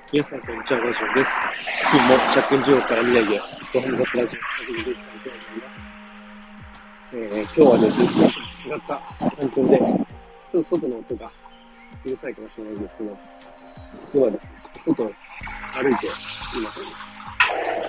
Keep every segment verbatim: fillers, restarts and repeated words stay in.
皆さん、こんにちは。ラジオです。今日も借金地獄から未来へ、ご飯のラジオを始めていきたいと思います。えー、今日はですね、違った環境で、ちょっと外の音がうるさいかもしれないんですけど、今日はですね、外を歩いています。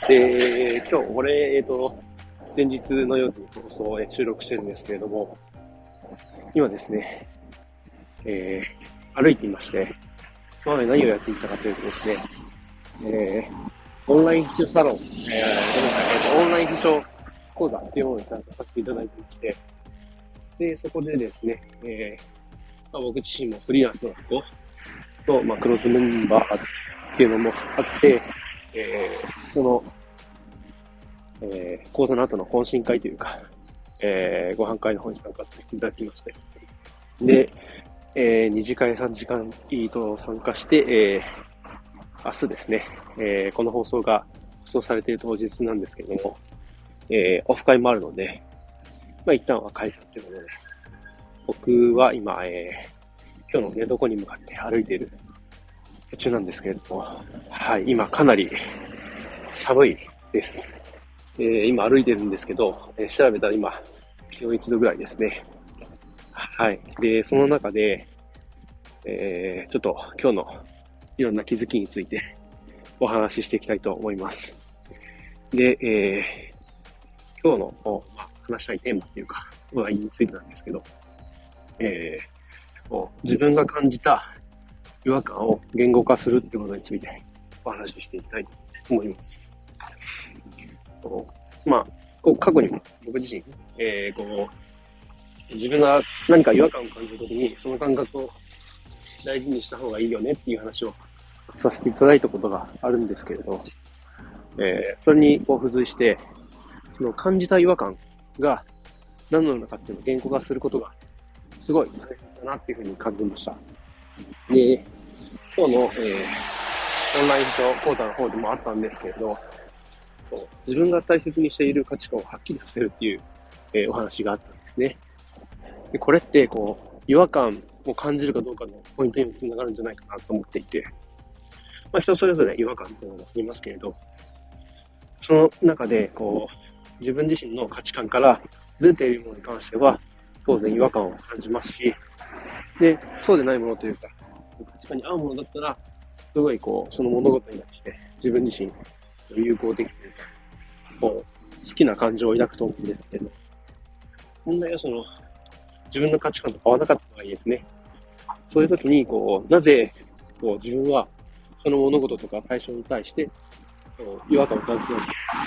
で、今日、俺、えっと、前日の夜に放送を収録してるんですけれども、今ですね、えー、歩いていまして、今まで何をやっていたかというとですね、えー、オンライン秘書サロン、えー、ごめんなさい、えーと、オンライン秘書講座っていうものに参加させていただいてまして、で、そこでですね、えーまあ、僕自身もフリーランスの子と、まあ、クローズメンバーっていうのもあって、えー、その、えー、講座の後の懇親会というか、えー、ご飯会の方に参加させていただきまして、で、えー、に次会さん次会と参加して、えー、明日ですね、えー、この放送が放送されている当日なんですけれども、えー、オフ会もあるので、まあ一旦は解散ということで、僕は今、えー、今日の寝床に向かって歩いている途中なんですけれども、はい、今かなり寒いです。えー、今歩いてるんですけど、えー、調べたら今、気温いちどぐらいですね。はい。で、その中で、えー、ちょっと今日のいろんな気づきについてお話ししていきたいと思います。で、えー、今日の、まあ、話したいテーマっていうか、話題についてなんですけど、えー、自分が感じた違和感を言語化するってことについてお話ししていきたいと思います。まあ、こう過去にも僕自身、えー、こう自分が何か違和感を感じるときに、その感覚を大事にした方がいいよねっていう話をさせていただいたことがあるんですけれど、えー、それにこう付随して、その感じた違和感が何なのかっていうのを言語化することがすごい大切だなっていうふうに感じました。で、今日の、えー、オンライン講座の方でもあったんですけれど、自分が大切にしている価値観をはっきりさせるっていう、えー、お話があったんですね。で、これってこう違和感を感じるかどうかのポイントにもつながるんじゃないかなと思っていて、まあ、人それぞれ違和感っていうのがありますけれど、その中でこう自分自身の価値観からずれているものに関しては当然違和感を感じますし、で、そうでないものというか価値観に合うものだったらすごいこうその物事に対して自分自身有効的というか、こう好きな感情を抱くと思うんですけど、問題はその自分の価値観と合わなかった場合ですね。そういう時にこうなぜこう自分はその物事とか対象に対してこう違和感を感じたのか、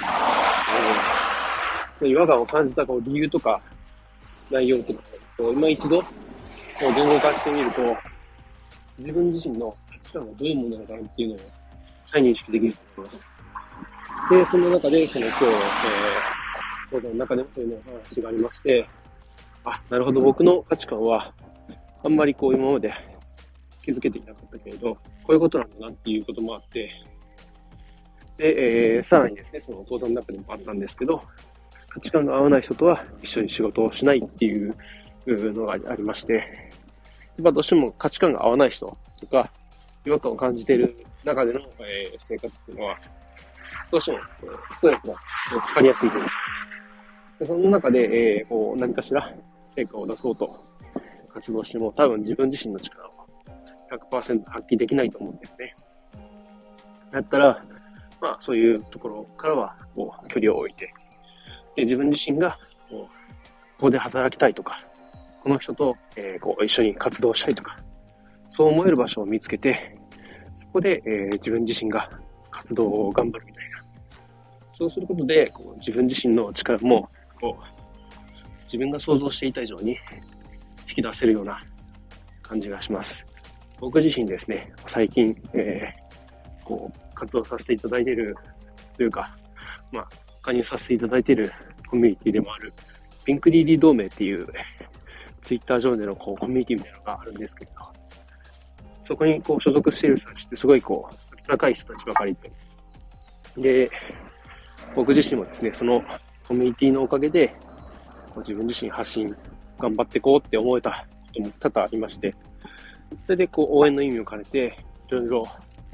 その違和感を感じたこう理由とか内容とかを今一度こう言語化してみると、自分自身の価値観がどういうものなのかなっていうのを再認識できると思います。で、その中でその今日の、えー、講座の中でもそういうのお話がありまして、あ、なるほど、僕の価値観はあんまりこう今まで気づけていなかったけれど、こういうことなんだなっていうこともあって、で、えー、さらにですね、その講座の中でもあったんですけど、価値観が合わない人とは一緒に仕事をしないっていうのがありまして、やっぱどうしても価値観が合わない人とか、違和感を感じている中での、えー、生活っていうのは、どうしてもストレスがかかりやすいという。でその中で、えー、こう何かしら成果を出そうと活動しても、多分自分自身の力を ひゃくパーセント 発揮できないと思うんですね。だったら、まあそういうところからはこう距離を置いて、で自分自身がこうここで働きたいとか、この人と、えー、こう一緒に活動したいとか、そう思える場所を見つけて、そこで、えー、自分自身が活動を頑張るみたいな。そうすることで、こう自分自身の力もこう自分が想像していた以上に引き出せるような感じがします。僕自身ですね、最近、えー、こう活動させていただいているというか、まあ、加入させていただいているコミュニティでもあるピンクリリー同盟っていうツイッター上でのこうコミュニティみたいなのがあるんですけど、そこにこう所属している人たちってすごいこう温かい人たちばかりで、で僕自身もですね、そのコミュニティのおかげでこう自分自身発信頑張っていこうって思えたことも多々ありまして、それでこう応援の意味を兼ねていろいろ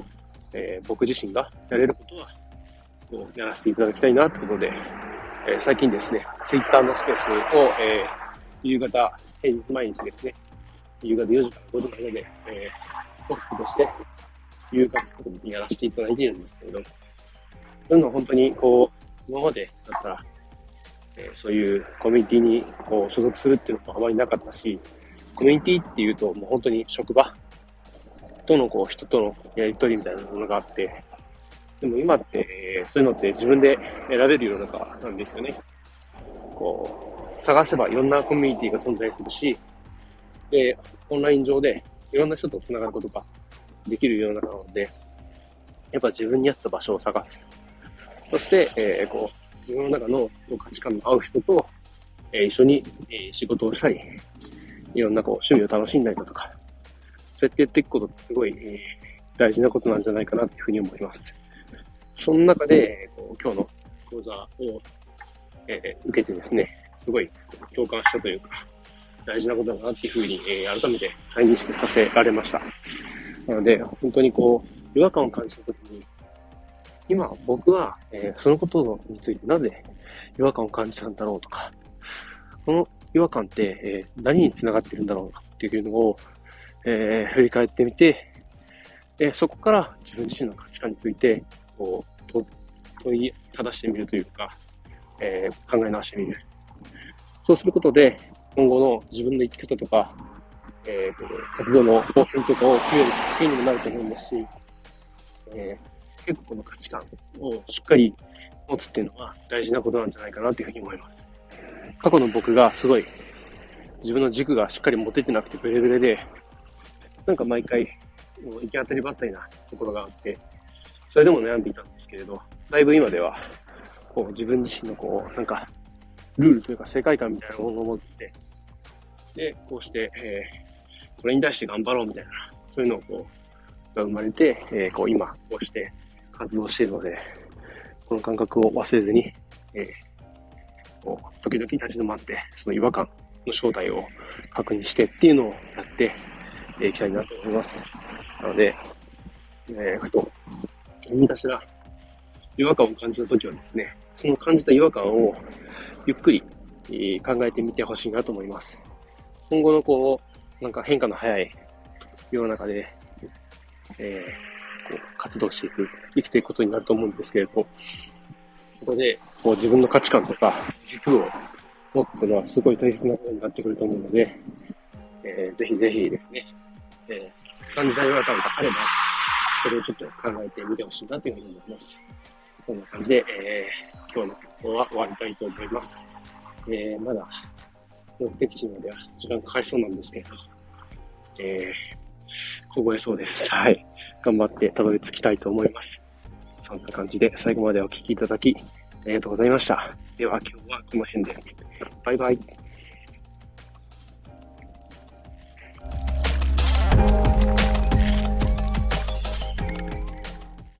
えー、僕自身がやれることは、こうやらせていただきたいなってことで、えー、最近ですね、ツイッターのスペースを、えー、夕方、平日毎日ですね、夕方よじからごじまでで、えー、ホストとして、夕活とかにやらせていただいているんですけれど、そういうのは本当にこう、今までだったら、えー、そういうコミュニティにこう所属するっていうのもあまりなかったし、コミュニティっていうともう本当に職場とのこう人とのやりとりみたいなものがあって、でも今って、えー、そういうのって自分で選べる世の中なんですよね。こう、探せばいろんなコミュニティが存在するし、で、オンライン上でいろんな人と繋がることができる世の中なので、やっぱ自分に合った場所を探す。そして、えー、こう、自分の中の価値観の合う人と、えー、一緒に、えー、仕事をしたり、いろんなこう趣味を楽しんだりだとか、そうやってやっていくことってすごい、えー、大事なことなんじゃないかなというふうに思います。その中で、こう今日の講座を、えー、受けてですね、すごい共感したというか、大事なことだなっていうふうに、えー、改めて再認識させられました。なので、本当にこう、違和感を感じたときに、今僕は、えー、そのことについてなぜ違和感を感じたんだろうとか、この違和感って、えー、何につながってるんだろうかっていうのを、えー、振り返ってみて、えー、そこから自分自身の価値観について、こう、と問いただしてみるというか、えー、考え直してみる。そうすることで、今後の自分の生き方とか、えー、活動の方針とかを決めるきっかけにもなると思うんですし、えー、結構この価値観をしっかり持つっていうのは大事なことなんじゃないかなというふうに思います。過去の僕がすごい自分の軸がしっかり持ててなくてブレブレで、なんか毎回その行き当たりばったりなところがあって、それでも悩んでいたんですけれど、だいぶ今ではこう自分自身のこうなんかルールというか世界観みたいなものを持って、でこうして、えー、これに対して頑張ろうみたいな、そういうのをこうが生まれて、えー、こう今こうして活動しているので、この感覚を忘れずに、えー、こう時々立ち止まってその違和感の正体を確認してっていうのをやっていきたいなと思います。なので、えー、ふと何かしら違和感を感じたときはですね、その感じた違和感をゆっくり考えてみてほしいなと思います。今後のこう、なんか変化の早い世の中で、えー、こう活動していく、生きていくことになると思うんですけれど、そこでこう自分の価値観とか軸を持つのはすごい大切なことになってくると思うので、えー、ぜひぜひですね、えー、感じた違和感があれば、それをちょっと考えてみてほしいなというふうに思います。そんな感じで、えー、今日の放送は終わりたいと思います。えー、まだ目的地までは時間かかりそうなんですけど、えー、凍えそうです。はい。頑張ってたどり着きたいと思います。そんな感じで最後までお聞きいただきありがとうございました。では今日はこの辺で。バイバイ。